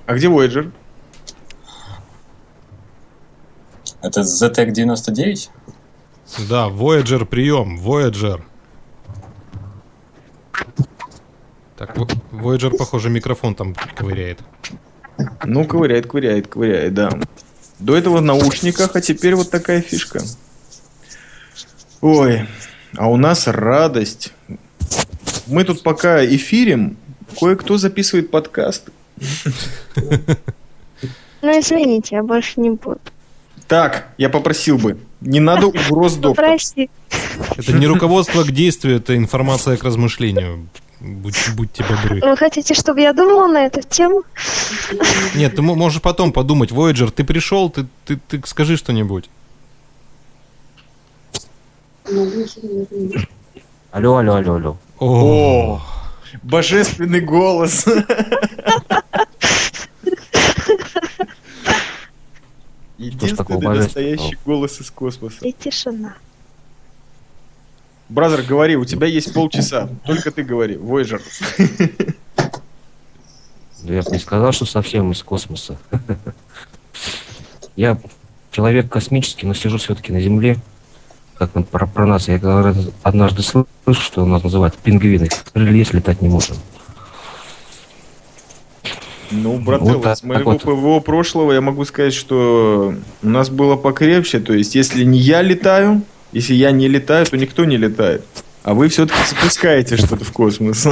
А где Voyager? Это ZTEC-99? Да, Voyager, прием, Voyager. Так, Voyager, похоже, микрофон там ковыряет. Ну, ковыряет, да. До этого в наушниках, а теперь вот такая фишка. Ой, а у нас радость. Мы тут пока эфирим, кое-кто записывает подкасты. Ну, извините, я больше не буду. Так, я попросил бы. Не надо угроз доктора. Попроси. Это не руководство к действию, это информация к размышлению. Будьте добры. Вы хотите, чтобы я думала на эту тему? Нет, ты можешь потом подумать. Voyager, ты пришел, ты скажи что-нибудь. Алло. О, божественный голос. Единственный настоящий голос из космоса. И тишина. Бразер, говори, у тебя есть полчаса. Только ты говори, Voyager. Я бы не сказал, что совсем из космоса. Я человек космический, но сижу все-таки на Земле. Как про нас, я однажды слышу, что у нас называют пингвины. Крылья летать не можем. Ну, брателло, вот с моего ПВО прошлого я могу сказать, что у нас было покрепче. То есть, если не я летаю, если я не летаю, то никто не летает. А вы все-таки запускаете что-то в космос.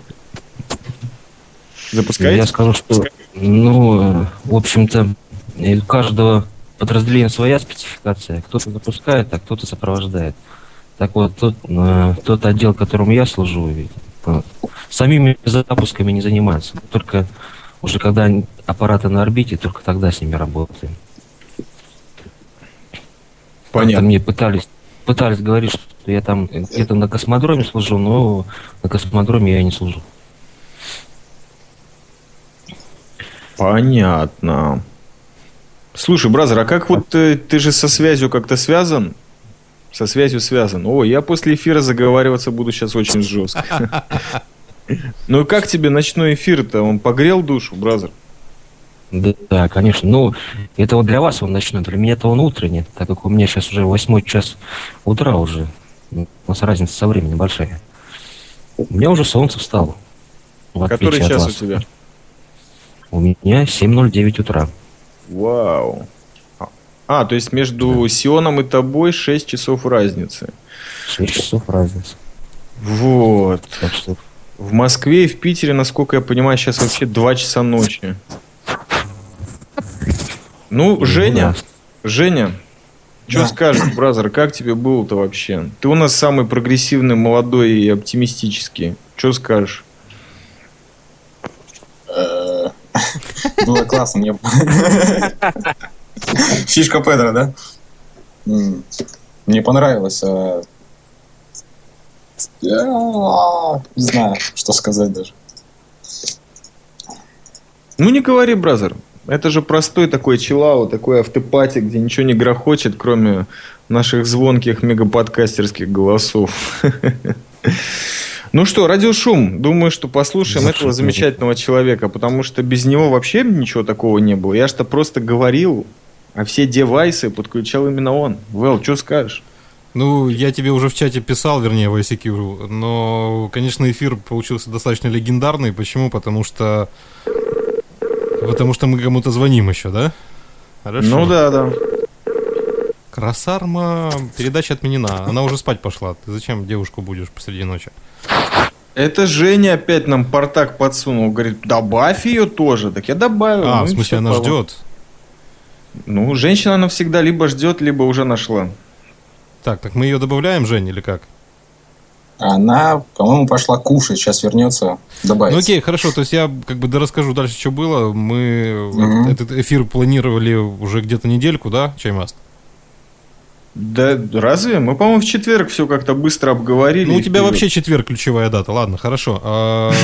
Запускаете? Я скажу, что, в общем-то, у каждого подразделения своя спецификация. Кто-то запускает, а кто-то сопровождает. Так вот, тот отдел, которому я служу, самими запусками не занимается. Только уже когда аппараты на орбите, только тогда с ними работаем. Понятно. Мне пытались говорить, что я там где-то на космодроме служу, но на космодроме я не служу. Понятно. Слушай, Бразер, а как вот ты же со связью как-то связан? Со связью связан. О, я после эфира заговариваться буду сейчас очень жестко. Ну и как тебе ночной эфир-то? Он погрел душу, Бразер? Да, конечно. Ну, это вот для вас он ночной, для меня-то он утренний, так как у меня сейчас уже 8 час утра уже. У нас разница со временем большая. У меня уже солнце встало. Который час у тебя? У меня 7:09 утра. Вау. То есть между Сионом и тобой 6 часов разницы. 6 часов разницы. Вот. Так что... В Москве и в Питере, насколько я понимаю, сейчас вообще 2 часа ночи. Ну, Женя, что скажешь, Бразер, как тебе было-то вообще? Ты у нас самый прогрессивный, молодой и оптимистический. Что скажешь? Было классно. Фишка Педро, да? Мне понравилось. Я не знаю, что сказать даже. Ну, не говори, Бразер. Это же простой такой чиллаут, такой автопати, где ничего не грохочет, кроме наших звонких мегаподкастерских голосов. Ну что, радиошум. Думаю, что послушаем этого замечательного человека, потому что без него вообще ничего такого не было. Я что просто говорил, а все девайсы подключал именно он. Вэл, что скажешь? Ну, я тебе уже в чате писал, вернее, в ICQ, но, конечно, эфир получился достаточно легендарный. Почему? Потому что мы кому-то звоним еще, да? Хорошо. Ну да. Красарма, передача отменена. Она уже спать пошла. Ты зачем девушку будешь посреди ночи? Это Женя опять нам портак подсунул. Говорит, добавь ее тоже. Так я добавил. В смысле, она ждет? Ну, женщина, она всегда либо ждет, либо уже нашла. Так мы ее добавляем, Жень, или как? Она, по-моему, пошла кушать, сейчас вернется, добавить. Ну окей, хорошо, то есть я как бы расскажу дальше, что было. Мы этот эфир планировали уже где-то недельку, да, Чаймаст? Да разве? Мы, по-моему, в четверг все как-то быстро обговорили. Ну, у тебя вообще четверг ключевая дата, ладно, хорошо.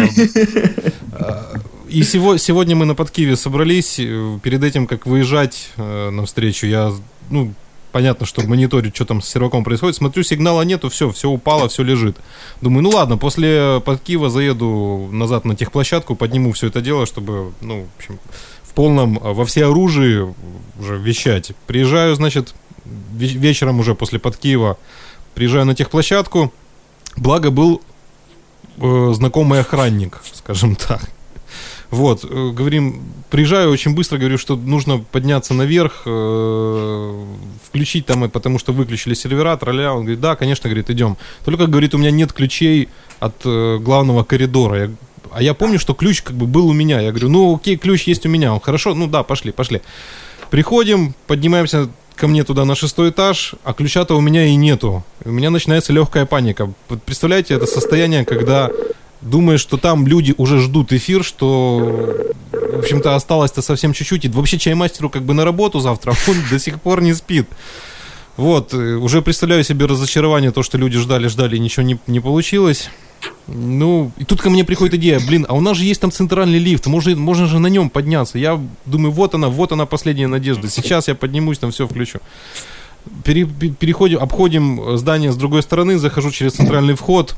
И сегодня мы на Подкиве собрались. Перед этим, как выезжать навстречу, я, понятно, что мониторить, что там с серваком происходит. Смотрю, сигнала нету, все упало, все лежит. Думаю, ладно, после Подкива заеду назад на техплощадку, подниму все это дело, чтобы, в общем, в полном, во всеоружии уже вещать. Приезжаю, значит, вечером уже после под Киева, приезжаю на техплощадку, благо был знакомый охранник, скажем так. Вот, говорим, приезжаю очень быстро, говорю, что нужно подняться наверх, включить там, потому что выключили сервера, тролля. Он говорит, да, конечно, говорит, идем. Только, говорит, у меня нет ключей от главного коридора. А я помню, что ключ как бы был у меня. Я говорю, ну окей, ключ есть у меня. Он, хорошо, ну да, пошли. Приходим, поднимаемся ко мне туда на 6-й этаж, а ключа-то у меня и нету. У меня начинается легкая паника. Вот представляете, это состояние, когда думаешь, что там люди уже ждут эфир, что, в общем-то, осталось-то совсем чуть-чуть. И вообще чаймастеру как бы на работу завтра, он до сих пор не спит. Вот, уже представляю себе разочарование, то, что люди ждали, и ничего не получилось. Ну, и тут ко мне приходит идея, а у нас же есть там центральный лифт, можно же на нем подняться. Я думаю, вот она последняя надежда. Сейчас я поднимусь, там все включу. Переходим, обходим здание с другой стороны, захожу через центральный вход.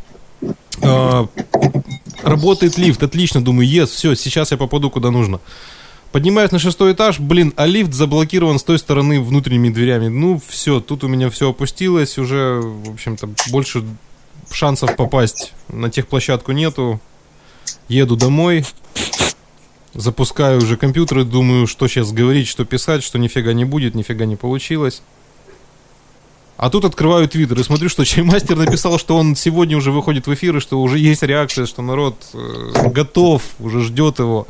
Работает лифт, отлично, думаю, все, сейчас я попаду куда нужно. Поднимаюсь на 6-й этаж, а лифт заблокирован с той стороны внутренними дверями. Ну, все, тут у меня все опустилось, уже, в общем-то, больше шансов попасть на техплощадку нету. Еду домой, запускаю уже компьютер и думаю, что сейчас говорить, что писать, что нифига не будет, нифига не получилось. А тут открываю Твиттер и смотрю, что чаймастер написал, что он сегодня уже выходит в эфир, и что уже есть реакция, что народ готов, уже ждет его.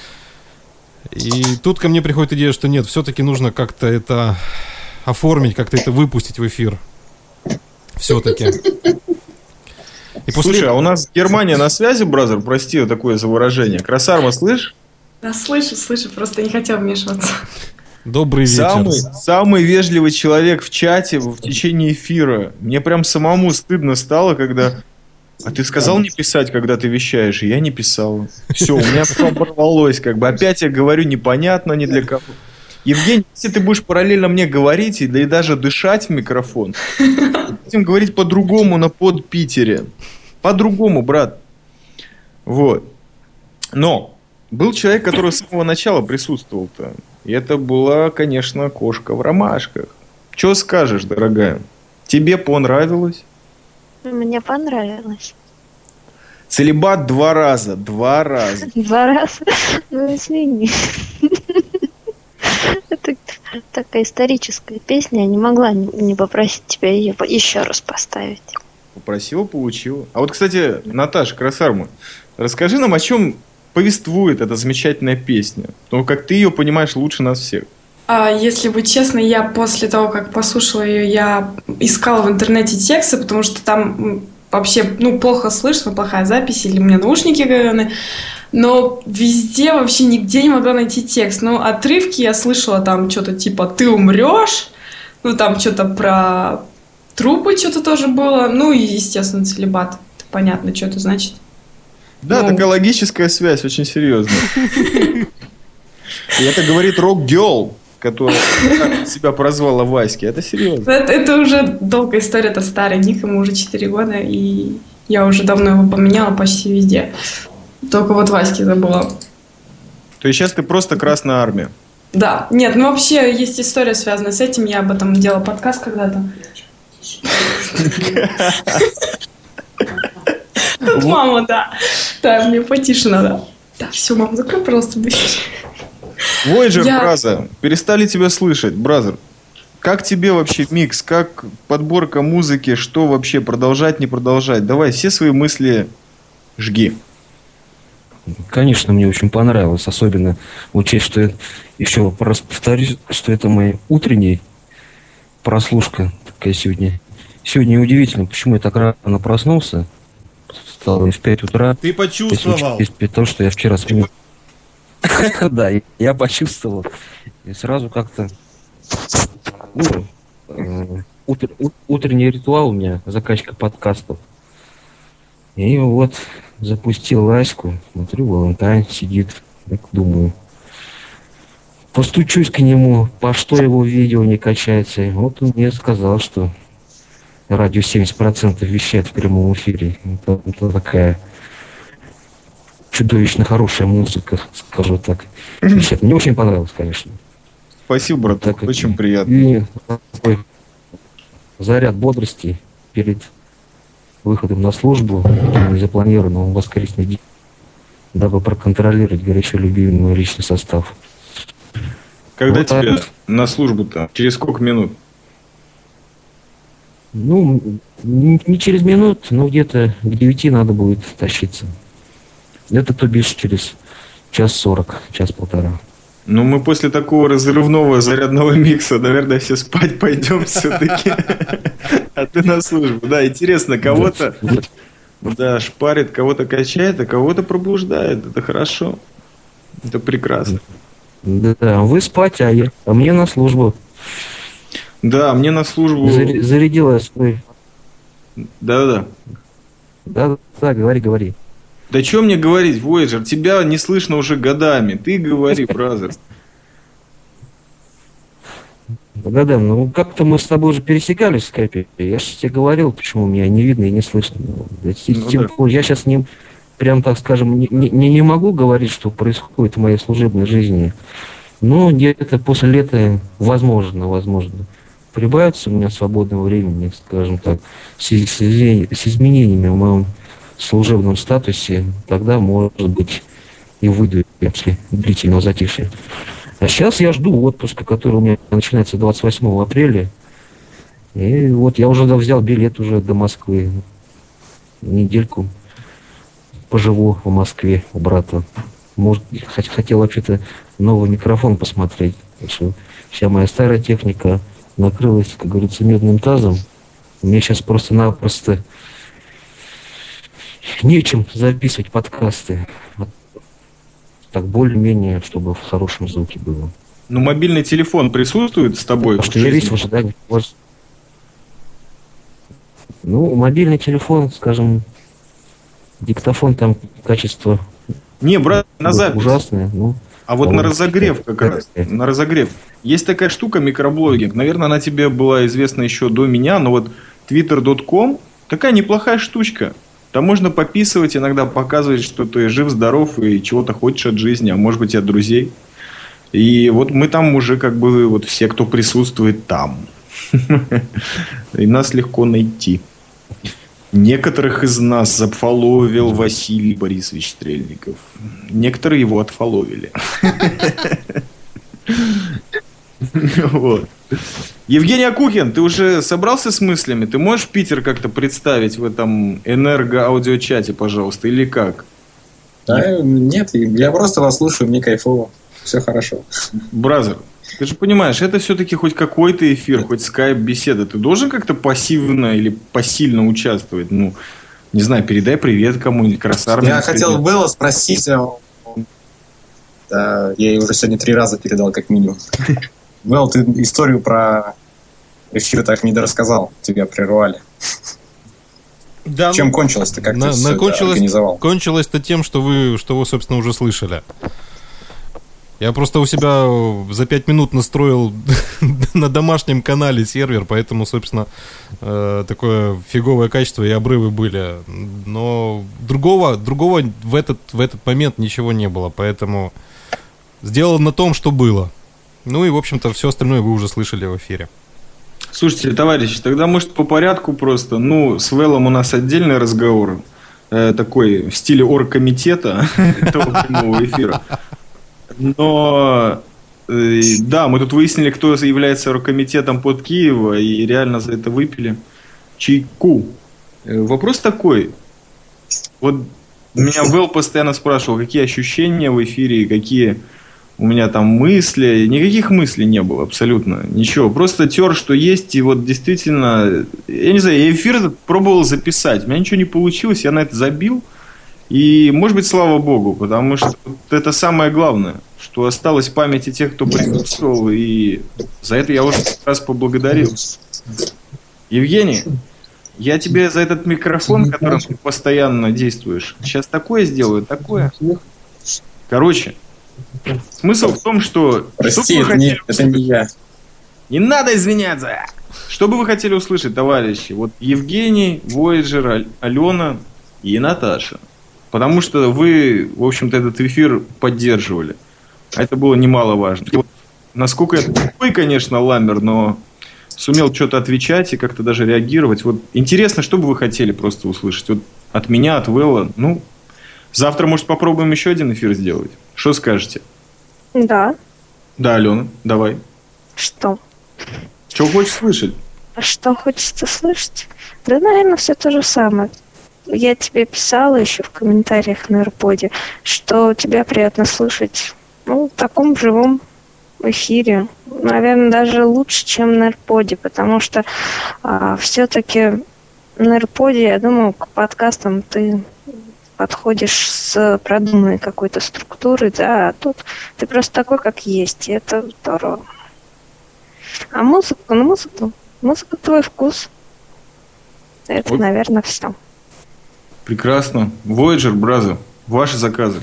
И тут ко мне приходит идея, что нет, все-таки нужно как-то это оформить, как-то это выпустить в эфир. Все-таки. Слушай, а у нас Германия на связи, бразер? Прости такое за выражение. Красарма, слышь? Да, слышу, просто не хотел вмешиваться. Добрый вечер. Самый вежливый человек в чате в течение эфира. Мне прям самому стыдно стало, когда... А ты сказал не писать, когда ты вещаешь? И я не писал. Все, у меня потом порвалось. Опять я говорю непонятно ни для кого. Евгений, если ты будешь параллельно мне говорить, и даже дышать в микрофон, будем говорить по-другому на под Питере. По-другому, брат. Вот. Но был человек, который с самого начала присутствовал-то. И это была, конечно, кошка в ромашках. Что скажешь, дорогая? Тебе понравилось? Мне понравилось. Целибат 2 раза. 2 раза. 2 раза? Ну, извини. Это такая историческая песня. Я не могла не попросить тебя ее еще раз поставить. Попросила, получила. А вот, кстати, Наташа Красарма, расскажи нам, о чем повествует эта замечательная песня. Ну, как ты ее понимаешь лучше нас всех. Если быть честной, я после того, как послушала ее, я искала в интернете тексты, потому что там вообще, плохо слышно, плохая запись, или у меня наушники говёные. Но везде вообще нигде не могла найти текст. Отрывки я слышала там что-то типа «ты умрешь», там что-то про трупы что-то тоже было, и, естественно, целибат. Это понятно, что это значит. Да, такая логическая связь, очень серьезная. И это говорит рок-герл, которая себя прозвала Васьки. Это серьезно. Это уже долгая история, это старый ник, ему уже 4 года, и я уже давно его поменяла почти везде. Только вот Васьки забыла. То есть сейчас ты просто Красная Армия? Да. Нет, вообще есть история, связанная с этим. Я об этом делала подкаст когда-то. Тут мама, да. Да, мне потише надо. Да, все, мама, закрой, пожалуйста, дверь. Voyager, бразер, перестали тебя слышать, бразер. Как тебе вообще микс? Как подборка музыки? Что вообще? Продолжать, не продолжать? Давай, все свои мысли жги. Конечно, мне очень понравилось. Особенно учесть, что еще раз повторюсь, что это моя утренняя прослушка такая сегодня. Сегодня удивительно, почему я так рано проснулся. Встал в 5 утра. Ты почувствовал? То, что я вчера сменил. Да, я почувствовал. И сразу как-то... утренний ритуал у меня, закачка подкастов. И вот запустил Лаську, смотрю, Валентайн сидит, так думаю. Постучусь к нему, по что его видео не качается. И вот он мне сказал, что радио 70% вещает в прямом эфире. Это такая чудовищно хорошая музыка, скажу так. Мне очень понравилось, конечно. Спасибо, брат, Так, очень приятно. И такой заряд бодрости перед выходом на службу, запланированного в воскресный день, дабы проконтролировать горячо любимый личный состав. Когда Вот тебе так. на службу-то? Через сколько минут? Ну, не через минут, но где-то к 9 надо будет тащиться. Это, то бишь, через час 40, час-полтора. Ну, мы после такого разрывного зарядного микса, наверное, все спать пойдем все-таки. А ты на службу. Да, интересно, кого-то да, шпарит, кого-то качает, а кого-то пробуждает. Это хорошо. Это прекрасно. Да, вы спать, а мне на службу. Да, мне на службу... Зарядила свой... Да-да-да. Да, говори. Да что мне говорить, Voyager? Тебя не слышно уже годами. Ты говори, бразер. Да, ну как-то мы с тобой уже пересекались в скайпе. Я же тебе говорил, почему меня не видно и не слышно. Я сейчас не, прям так скажем, не могу говорить, что происходит в моей служебной жизни. Но где-то после лета возможно. Прибавится у меня свободного времени, скажем так, с изменениями в моем служебном статусе, тогда, может быть, и выйду после длительного затишья. А сейчас я жду отпуска, который у меня начинается 28 апреля. И вот я уже взял билет уже до Москвы. Недельку поживу в Москве у брата. Может, хотел вообще-то новый микрофон посмотреть. Потому что вся моя старая техника накрылась, как говорится, медным тазом. Мне сейчас просто-напросто нечем записывать подкасты. Так более-менее, чтобы в хорошем звуке было. Ну, мобильный телефон присутствует с тобой? Потому что я весь в ожидании. Ну, мобильный телефон, скажем, диктофон там качество не, брат, на запись. Ужасное. Ну, а вот на разогрев как раз. На разогрев. Есть такая штука, микроблогинг. Наверное, она тебе была известна еще до меня, но вот twitter.com такая неплохая штучка. Там можно пописывать, иногда показывать, что ты жив-здоров и чего-то хочешь от жизни, а может быть и от друзей. И вот мы там уже как бы вот все, кто присутствует там. И нас легко найти. Некоторых из нас зафоловил Василий Борисович Стрельников. Некоторые его отфоловили. Вот. Евгений Акухин, ты уже собрался с мыслями? Ты можешь Питер как-то представить в этом энерго-аудиочате, пожалуйста, или как? Да, нет, я просто вас слушаю, мне кайфово. Все хорошо. Бразер, ты же понимаешь, это все-таки хоть какой-то эфир, хоть скайп-беседа. Ты должен как-то пассивно или посильно участвовать? Ну, не знаю, передай привет кому-нибудь, красарме. Я хотел было спросить, да, я ей уже сегодня 3 раза передал, как минимум. Вэл, ты историю про эфир так не дорассказал, тебя прервали. Да, чем кончилось-то, как ты все это организовал? Кончилось-то тем, что вы, собственно, уже слышали. Я просто у себя за 5 минут настроил на домашнем канале сервер, поэтому, собственно, такое фиговое качество и обрывы были. Но другого в этот момент ничего не было, поэтому сделал на том, что было. Ну и, в общем-то, все остальное вы уже слышали в эфире. Слушайте, товарищи, тогда, может, по порядку просто. Ну, с Вэллом у нас отдельный разговор, такой в стиле оргкомитета этого прямого эфира. Но, да, мы тут выяснили, кто является оргкомитетом под Киева, и реально за это выпили чайку. Вопрос такой. Вот меня Вэлл постоянно спрашивал, какие ощущения в эфире, какие у меня там мысли. Никаких мыслей не было абсолютно. Ничего. Просто тер, что есть. И вот действительно, я не знаю, я эфир этот пробовал записать. У меня ничего не получилось, я на это забил. И, может быть, слава богу, потому что это самое главное, что осталось в памяти тех, кто присутствовал, и за это я уже раз поблагодарил. Евгений, я тебе за этот микрофон, которым ты постоянно действуешь, сейчас такое сделаю, такое. Короче, смысл в том, что... Прости, это не я. Не надо извиняться! Что бы вы хотели услышать, товарищи? Вот Евгений, Voyager, Алена и Наташа. Потому что вы, в общем-то, этот эфир поддерживали. А это было немаловажно. И вот, насколько я тупой, конечно, ламер, но сумел что-то отвечать и как-то даже реагировать. Вот интересно, что бы вы хотели просто услышать? Вот от меня, от Вэлла. Ну, завтра, может, попробуем еще один эфир сделать? Что скажете? Да. Да, Алена, давай. Что? Что хочешь слышать? А что хочется слышать? Да, наверное, все то же самое. Я тебе писала еще в комментариях на AirPod'е, что тебя приятно слышать, в таком живом эфире. Наверное, даже лучше, чем на AirPod'е, потому что все-таки на AirPod'е, я думаю, к подкастам ты подходишь с продуманной какой-то структурой, да, а тут ты просто такой, как есть, и это здорово. А музыка твой вкус. Это, Вот. наверное, все. Прекрасно. Voyager, Браза, ваши заказы.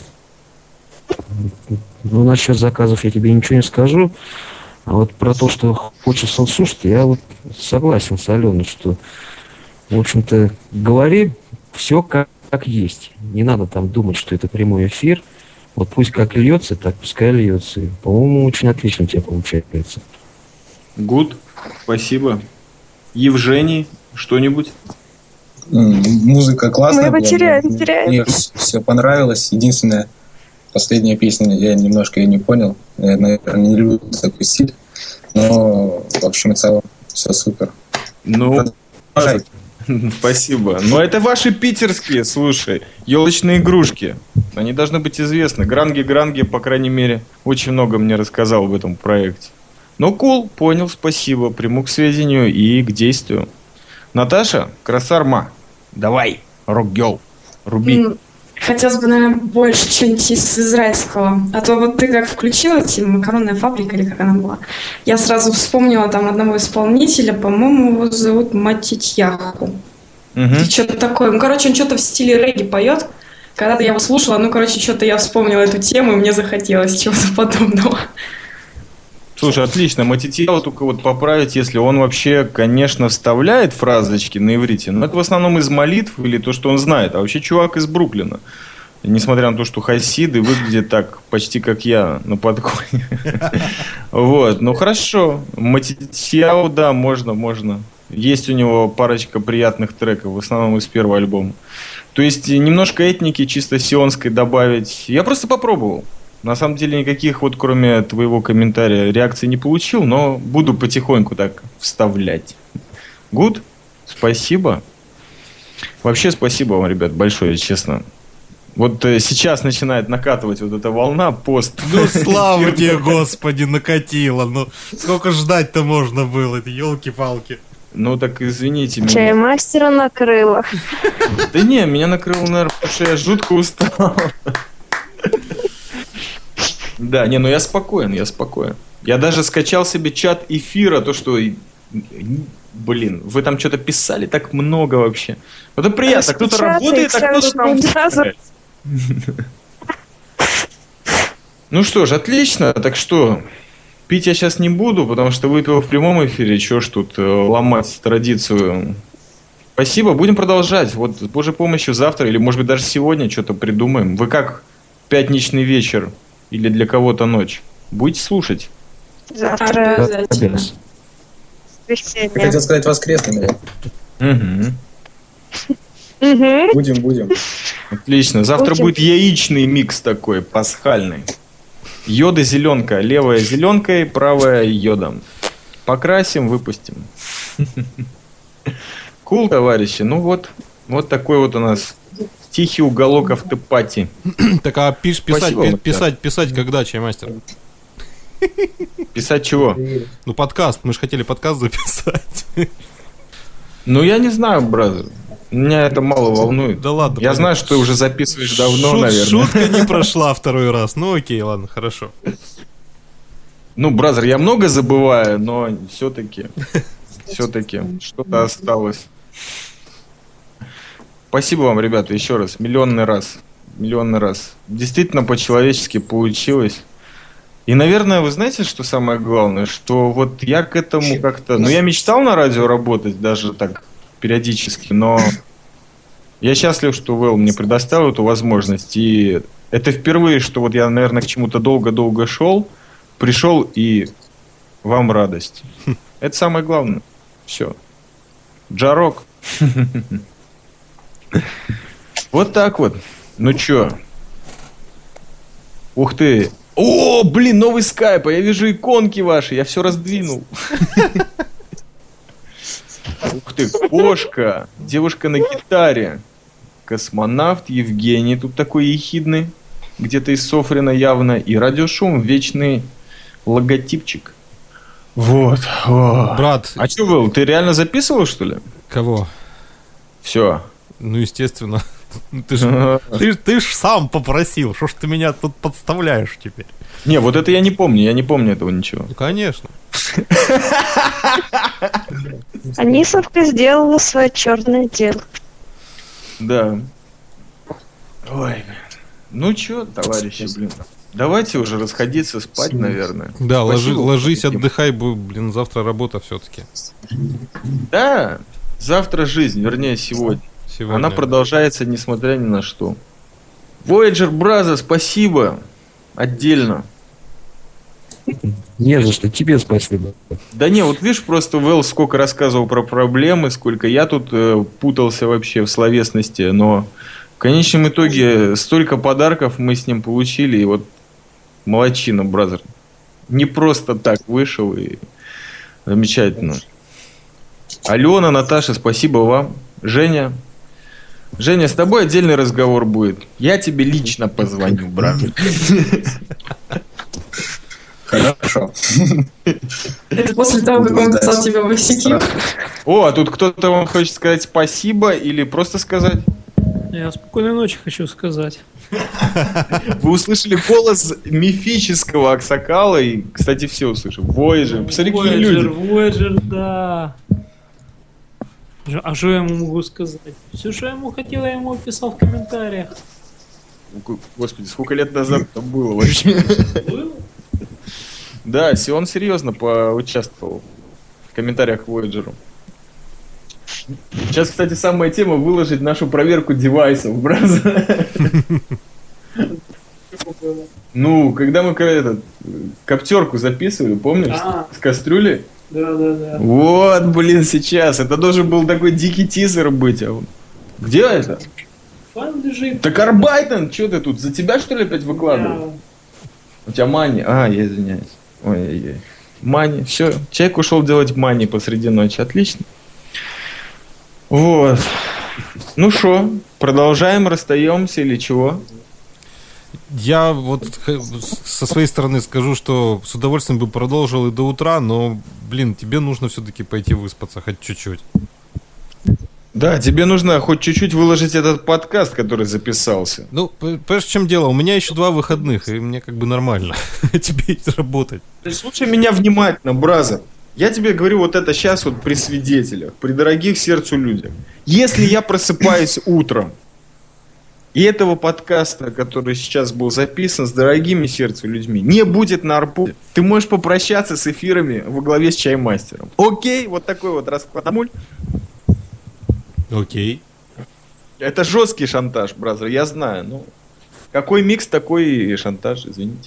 Ну, насчет заказов я тебе ничего не скажу. А вот про то, что хочется слушать, я вот согласен с Аленой, что, в общем-то, говори все как есть. Не надо там думать, что это прямой эфир. Вот пусть как льется, так пускай льется. И, по-моему, очень отлично у тебя получается. Гуд, спасибо. Евгений, что-нибудь? Музыка классная. Мы его теряем. Мне все понравилось. Единственное, последняя песня, я немножко ее не понял. Я, наверное, не люблю такой стиль. Но, в общем и целом, все супер. Ну, спасибо. Но это ваши питерские, слушай, елочные игрушки. Они должны быть известны. Гранги, по крайней мере, очень много мне рассказал об этом проекте. Ну, кул, понял, спасибо. Приму к сведению и к действию. Наташа, красарма, давай, рок-гелл, руби. Хотелось бы, наверное, больше что-нибудь из израильского. А то вот ты как включила, макаронная фабрика, или как она была, я сразу вспомнила там одного исполнителя, по-моему, его зовут Матитьяху. Что-то такое. Он что-то в стиле регги поет. Когда-то я его слушала, что-то я вспомнила эту тему, и мне захотелось чего-то подобного. Слушай, отлично. Матитьяху только вот поправить, если он вообще, конечно, вставляет фразочки на иврите, но это в основном из молитв или то, что он знает. А вообще чувак из Бруклина. И несмотря на то, что хасиды выглядят так почти как я на подходе. Вот, ну хорошо. Матитьяху, да, можно. Есть у него парочка приятных треков, в основном из первого альбома. То есть немножко этники чисто сионской добавить. Я просто попробовал. На самом деле никаких вот кроме твоего комментария реакций не получил, но буду потихоньку так вставлять. Гуд, спасибо. Вообще спасибо вам, ребят, большое, честно. Вот сейчас начинает накатывать вот эта волна пост. Ну, слава тебе, Господи, накатило. Ну, сколько ждать-то можно было, елки-палки. Ну, так извините меня. Чаймастера накрыло. Да не, меня накрыло, наверное, потому что я жутко устал. Да, не, ну я спокоен. Я даже скачал себе чат эфира, то, что... Блин, вы там что-то писали так много вообще. Это приятно, кто-то работает, а кто-то там... Ну что ж, отлично. Так что, пить я сейчас не буду, потому что выпил в прямом эфире. Чего ж тут ломать традицию. Спасибо, будем продолжать. Вот с Божьей помощью завтра или, может быть, даже сегодня что-то придумаем. Вы как пятничный вечер или для кого-то ночь? Будете слушать? Завтра Обязательно. Я хотел сказать воскресными. Угу. Будем. Отлично. Завтра будет яичный микс такой, пасхальный. Йода зеленка. Левая зеленкой, правая йодом. Покрасим, выпустим. Кул, товарищи. Ну вот такой вот у нас тихий уголок автопати. Так, а писать когда, Чаймастер? Писать чего? Ну, подкаст. Мы же хотели подкаст записать. Ну, я не знаю, бразер. Меня это мало волнует. Да ладно. Я знаю, что ты уже записываешь давно, наверное. Шутка не прошла второй раз. Ну, окей, ладно, хорошо. Ну, бразер, я много забываю, но все-таки что-то осталось. Спасибо вам, ребята, еще раз. Миллионный раз. Действительно, по-человечески получилось. И, наверное, вы знаете, что самое главное? Что вот я к этому как-то... Ну, я мечтал на радио работать даже так периодически, но Я счастлив, что Вэл мне предоставил эту возможность. И это впервые, что вот я, наверное, к чему-то долго-долго шел, пришел и вам радость. Это самое главное. Все. Джарок. Вот так вот. Ну чё? Ух ты. О, блин, новый скайп. А я вижу иконки ваши. Я все раздвинул. Ух ты, кошка. Девушка на гитаре. Космонавт Евгений. Тут такой ехидный. Где-то из Софрина явно. И радиошум. Вечный логотипчик. Вот. О. Брат. А чё, Вэл, ты реально записывал, что ли? Кого? Все. Ну, естественно. Ты ж сам попросил. Что ж ты меня тут подставляешь теперь? Не, вот это я не помню этого ничего. Ну, конечно. Анисовка сделала свое черное дело. Да. Ой, ну чё, товарищи, блин. Давайте уже расходиться спать, наверное. Да, Спасибо, ложись, таким. отдыхай, блин, завтра работа все-таки. Да, завтра жизнь, вернее сегодня. Она продолжается, несмотря ни на что. Voyager Brazos, спасибо. Отдельно. Не за что, тебе спасибо. Да не, вот видишь, просто Вэл сколько рассказывал про проблемы, сколько я тут путался вообще в словесности, но в конечном итоге столько подарков мы с ним получили, и вот молодчина, бразер. Не просто так вышел, и замечательно. Алена, Наташа, спасибо вам. Женя, с тобой отдельный разговор будет. Я тебе лично позвоню, брат. Хорошо. Это после того, как он написал тебе в ICQ. О, а тут кто-то вам хочет сказать спасибо или просто сказать? Я спокойной ночи хочу сказать. Вы услышали голос мифического Аксакала, и, кстати, все услышали. Voyager. Посмотри, какие люди. Voyager, да. А что я ему могу сказать? Все, что я ему хотел, я ему писал в комментариях. Господи, сколько лет назад это было вообще? Было? Да, Сион серьезно поучаствовал в комментариях к Voyager. Сейчас, кстати, самая тема выложить нашу проверку девайсов, бразер. Ну, когда мы коптерку записывали, помнишь? С кастрюли? Да. Вот, блин, сейчас. Это должен был такой дикий тизер быть. А где это? Файл лежит. Так Арбайтон, что ты тут? За тебя, что ли, опять выкладывал? У тебя мани. А, я извиняюсь. Ой-ой-ой. Мани. Все. Человек ушел делать мани посреди ночи. Отлично. Вот. Ну что, продолжаем, расстаемся или чего? Я вот со своей стороны скажу, что с удовольствием бы продолжил и до утра, но, блин, тебе нужно все-таки пойти выспаться хоть чуть-чуть. Да, тебе нужно хоть чуть-чуть выложить этот подкаст, который записался. Ну, понимаешь, в чем дело? У меня еще 2 выходных, и мне как бы нормально. Тебе работать. Слушай меня внимательно, бразер. Я тебе говорю вот это сейчас вот при свидетелях, при дорогих сердцу людях. Если я просыпаюсь утром, и этого подкаста, который сейчас был записан с дорогими сердцу людьми, не будет на Арподе, ты можешь попрощаться с эфирами во главе с Чаймастером. Окей? Вот такой вот расклад. Окей. Это жесткий шантаж, бразер, я знаю. Ну, какой микс, такой и шантаж, извините.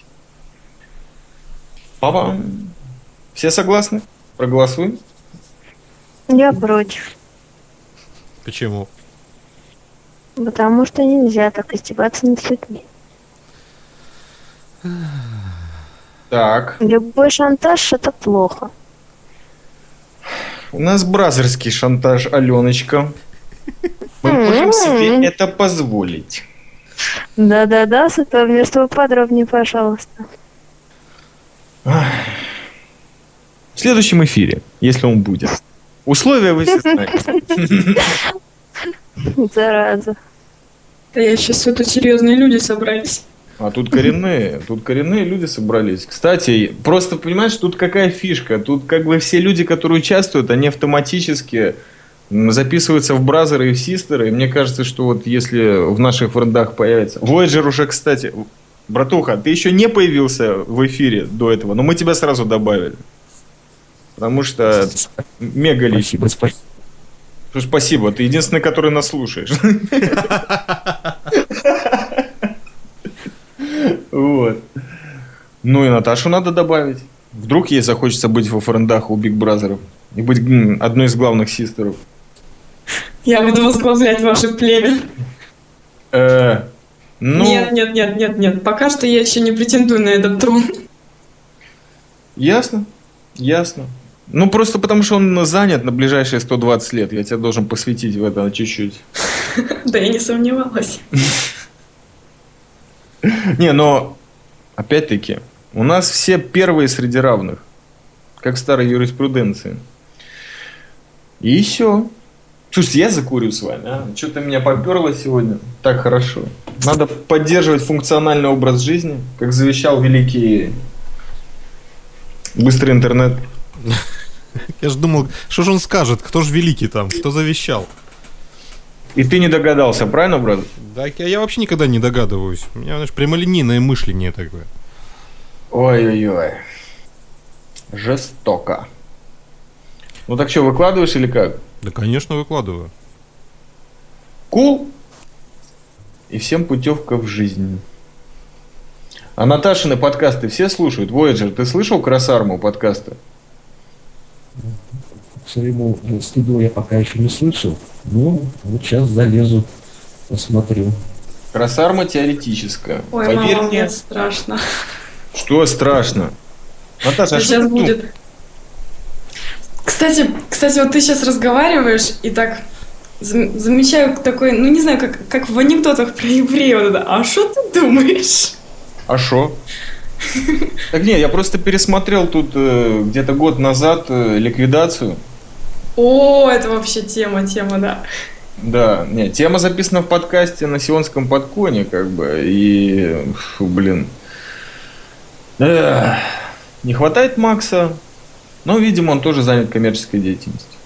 Папа, все согласны? Проголосуем? Я против. Почему? Потому что нельзя так издеваться над людьми. Так. Любой шантаж — это плохо. У нас бразерский шантаж, Аленочка. Мы можем себе это позволить. Да-да-да, с этого места подробнее, пожалуйста. В следующем эфире, если он будет. Условия вы все знаете. Зараза. Да я сейчас тут серьезные люди собрались. А тут коренные люди собрались. Кстати, просто понимаешь, тут какая фишка? Тут как бы все люди, которые участвуют, они автоматически записываются в бразеры и в систеры. И мне кажется, что вот если в наших френдах появится... Voyager уже, кстати... Братуха, ты еще не появился в эфире до этого, но мы тебя сразу добавили. Потому что мега лично. Спасибо. Спасибо, ты единственный, который нас слушаешь. Вот. Ну и Наташу надо добавить. Вдруг ей захочется быть во френдах у Биг Бразеров и быть одной из главных систеров. Я буду возглавлять ваше племя. Нет. Пока что я еще не претендую на этот трон. Ясно. Ну, просто потому, что он занят на ближайшие 120 лет. Я тебя должен посвятить в это чуть-чуть. Да, я не сомневалась. Не, но, опять-таки, у нас все первые среди равных. Как в старой юриспруденции. И все. Слушайте, я закурю с вами, а? Что-то меня поперло сегодня. Так хорошо. Надо поддерживать функциональный образ жизни, как завещал великий быстрый интернет. Я же думал, что же он скажет, кто же великий там, кто завещал. И ты не догадался, правильно, брат? Да, я вообще никогда не догадываюсь. У меня, знаешь, прямолинейное мышление такое. Ой-ой-ой. Жестоко. Ну так что, выкладываешь или как? Да, конечно, выкладываю. Кул. И всем путевка в жизнь. А Наташины подкасты все слушают? Voyager, ты слышал Красарму подкасты? К своему стыду я пока еще не слышал. Ну, вот сейчас залезу, посмотрю. Красарма теоретическая. Ой, поверь мама, мне. мне страшно. Что страшно? Наташа, а что Сейчас ты будет. Кстати, вот ты сейчас разговариваешь и так замечаю такой, ну не знаю, как в анекдотах про евреев. Вот это, а что ты думаешь? А шо? Так не, я просто пересмотрел тут где-то год назад ликвидацию. О, это вообще тема, да. Да, не, тема записана в подкасте на Сионском подконе, как бы, и, не хватает Макса, но, видимо, он тоже занят коммерческой деятельностью.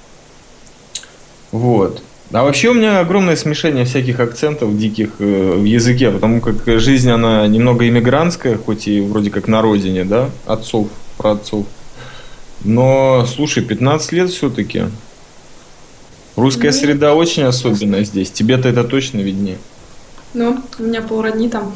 Вот. А вообще у меня огромное смешение всяких акцентов диких в языке, потому как жизнь, она немного иммигрантская, хоть и вроде как на родине, да, отцов, праотцов. Но, слушай, 15 лет все-таки. Русская среда очень особенная здесь. Тебе-то это точно виднее. Ну, у меня полродни там.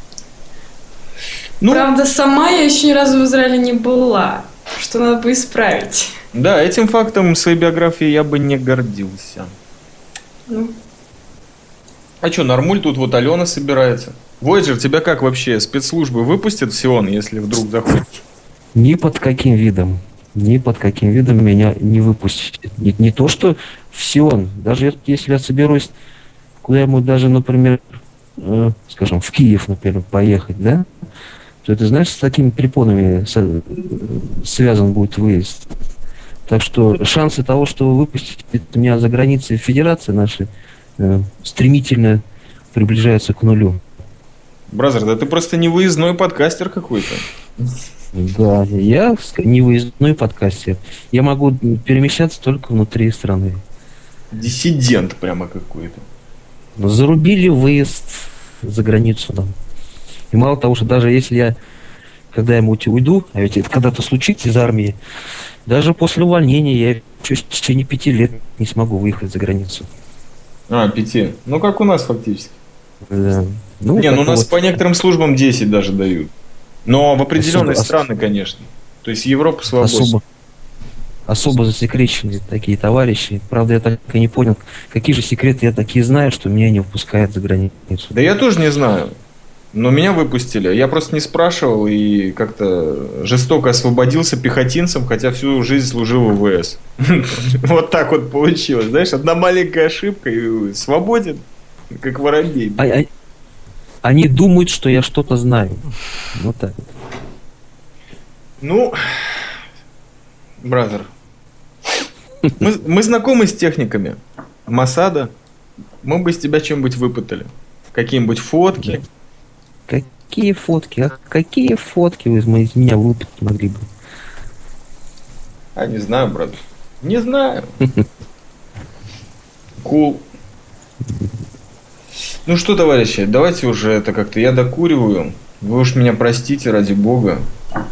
Ну, правда, сама я еще ни разу в Израиле не была, что надо бы исправить. Да, этим фактом своей биографии я бы не гордился. Ну. А что, нормуль, тут вот Алена собирается. Voyager, тебя как вообще спецслужбы выпустят в Сион, если вдруг захочешь? Ни под каким видом меня не выпустят. Не то, что в Сион. Даже если я соберусь куда-нибудь даже, например, скажем, в Киев, например, поехать, да, то это, знаешь, с такими препонами связан будет выезд. Так что шансы того, что выпустить меня за границей Федерации нашей, стремительно приближаются к нулю. Бразер, да ты просто невыездной подкастер какой-то. Да, я невыездной подкастер. Я могу перемещаться только внутри страны. Диссидент прямо какой-то. Зарубили выезд за границу нам. И мало того, что даже если я когда-нибудь уйду, а ведь это когда-то случится из армии, даже после увольнения я в течение 5 лет не смогу выехать за границу. 5. Ну, как у нас фактически. Да. Ну у нас по некоторым службам 10 даже дают. Но в определенные страны, конечно. То есть Европа свободна. Особо засекреченные такие товарищи. Правда, я так и не понял, какие же секреты я такие знаю, что меня не выпускают за границу. Да я тоже не знаю. Но меня выпустили. Я просто не спрашивал и как-то жестоко освободился пехотинцем, хотя всю жизнь служил в ВВС. Вот так вот получилось. Знаешь, одна маленькая ошибка и свободен, как воробей. Они думают, что я что-то знаю. Вот так. Ну, бразер, мы знакомы с техниками Моссада. Мы бы из тебя чем-нибудь выпытали. Какие-нибудь фотки. Какие фотки? А какие фотки вы из меня выпытать могли бы? Не знаю, брат. Не знаю. Кул. Ну что, товарищи, давайте уже это как-то... Я докуриваю. Вы уж меня простите, ради бога.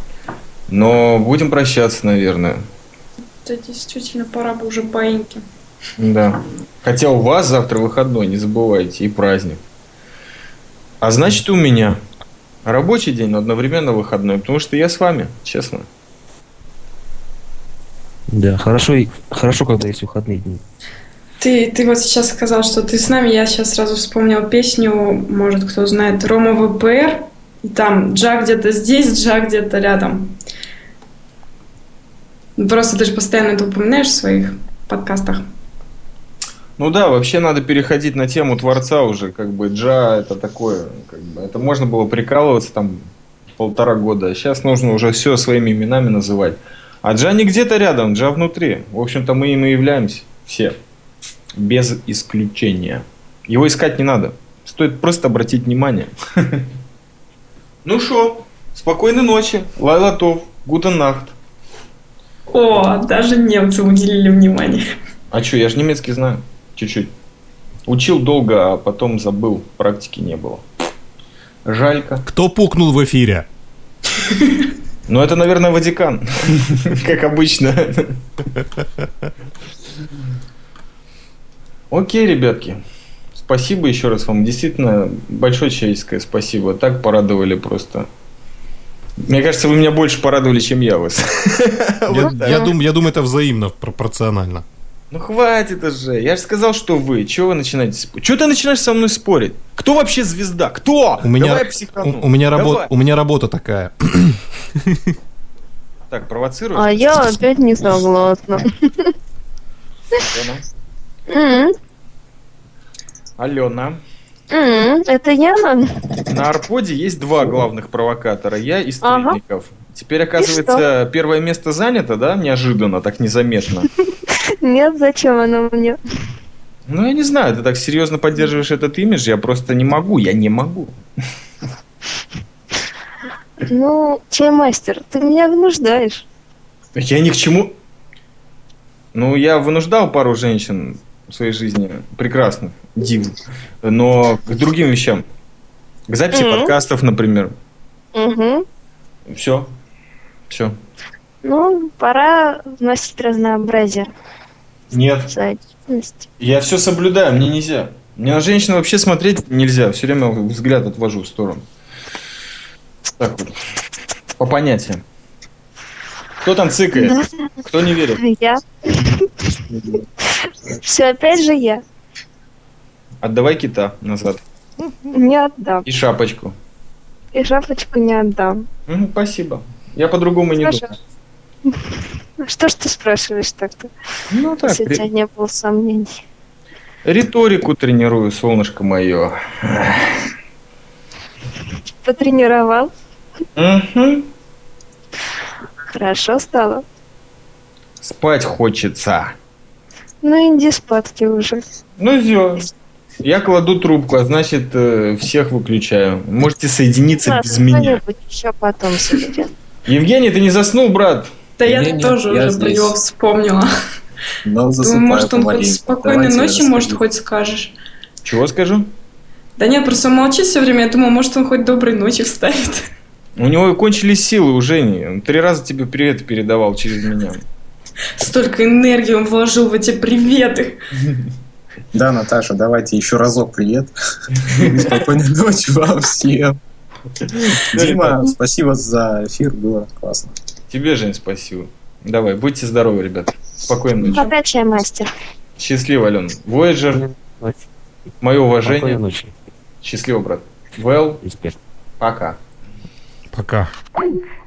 Но будем прощаться, наверное. Да, действительно, пора бы уже поиньки. Да. Хотя у вас завтра выходной, не забывайте, и праздник. А значит, и у меня рабочий день, но одновременно выходной, потому что я с вами, честно. Да, хорошо, когда есть выходные дни. Ты вот сейчас сказал, что ты с нами, я сейчас сразу вспомнил песню, может, кто знает, Рома ВПР, и там Джа где-то здесь, Джа где-то рядом. Просто ты же постоянно это упоминаешь в своих подкастах. Ну да, вообще надо переходить на тему творца уже, как бы Джа это такое, как бы, это можно было прикалываться там 1,5 года, а сейчас нужно уже все своими именами называть. А Джа не где-то рядом, Джа внутри. В общем-то, мы им и являемся все. Без исключения. Его искать не надо. Стоит просто обратить внимание. Ну шо, спокойной ночи. Лайлатов, гутен нахт. О, даже немцы уделили внимание. А чё, я же немецкий знаю. Чуть-чуть. Учил долго, а потом забыл. Практики не было. Жалько. Кто пукнул в эфире? Ну, это, наверное, Ватикан. Как обычно. Окей, ребятки. Спасибо еще раз вам. Действительно, большое человеческое спасибо. Так порадовали просто. Мне кажется, вы меня больше порадовали, чем я вас. Я думаю, это взаимно, пропорционально. Ну хватит уже. Я же сказал, что вы. Чего вы начинаете спорить? Чего ты начинаешь со мной спорить? Кто вообще звезда? Кто? Давай психану. У меня работа такая. Так, провоцируешь? А я опять не согласна. Алена. Это я? На Арподе есть 2 главных провокатора. Я и Стрельников. Теперь, оказывается, первое место занято, да? Неожиданно, так незаметно. Нет, зачем оно мне? Ну, я не знаю, ты так серьезно поддерживаешь этот имидж, я просто не могу, я не могу. Ну, чаймастер, ты меня вынуждаешь. Я ни к чему... Ну, я вынуждал пару женщин в своей жизни, прекрасных, див, но к другим вещам. К записи подкастов, например. Все. Ну, пора вносить разнообразие. Нет. Я все соблюдаю, мне нельзя. Мне на женщин вообще смотреть нельзя. Все время взгляд отвожу в сторону. Так вот. По понятиям. Кто там цыкает? Да. Кто не верит? Я. Все опять же я. Отдавай кита назад. Не отдам. И шапочку. И шапочку не отдам. Спасибо. Я по-другому не думаю. Что ж ты спрашиваешь так-то? Ну так. Если у тебя не было сомнений. Риторику тренирую, солнышко мое. Потренировал? Хорошо стало. Спать хочется. Ну иди спадки уже. Ну все. Я кладу трубку, а значит всех выключаю. Можете соединиться без меня. Еще потом соберем. Евгений, ты не заснул, брат? Да я тоже уже про него вспомнила. Думаю, может, он хоть спокойной ночи, может, хоть скажешь. Чего скажу? Да нет, просто молчи все время. Я думаю, может, он хоть доброй ночи вставит. У него кончились силы у Жени. Он 3 раза тебе привет передавал через меня. Столько энергии он вложил в эти приветы. Да, Наташа, давайте еще разок привет. Спокойной ночи вам всем. Дима, спасибо за эфир, было классно. Тебе, Жень, спасибо. Давай, будьте здоровы, ребята. Спокойной ночи. Пока, чаймастер. Счастливо, Алена. Voyager, мое уважение. Счастливо, брат. Well, пока. Пока.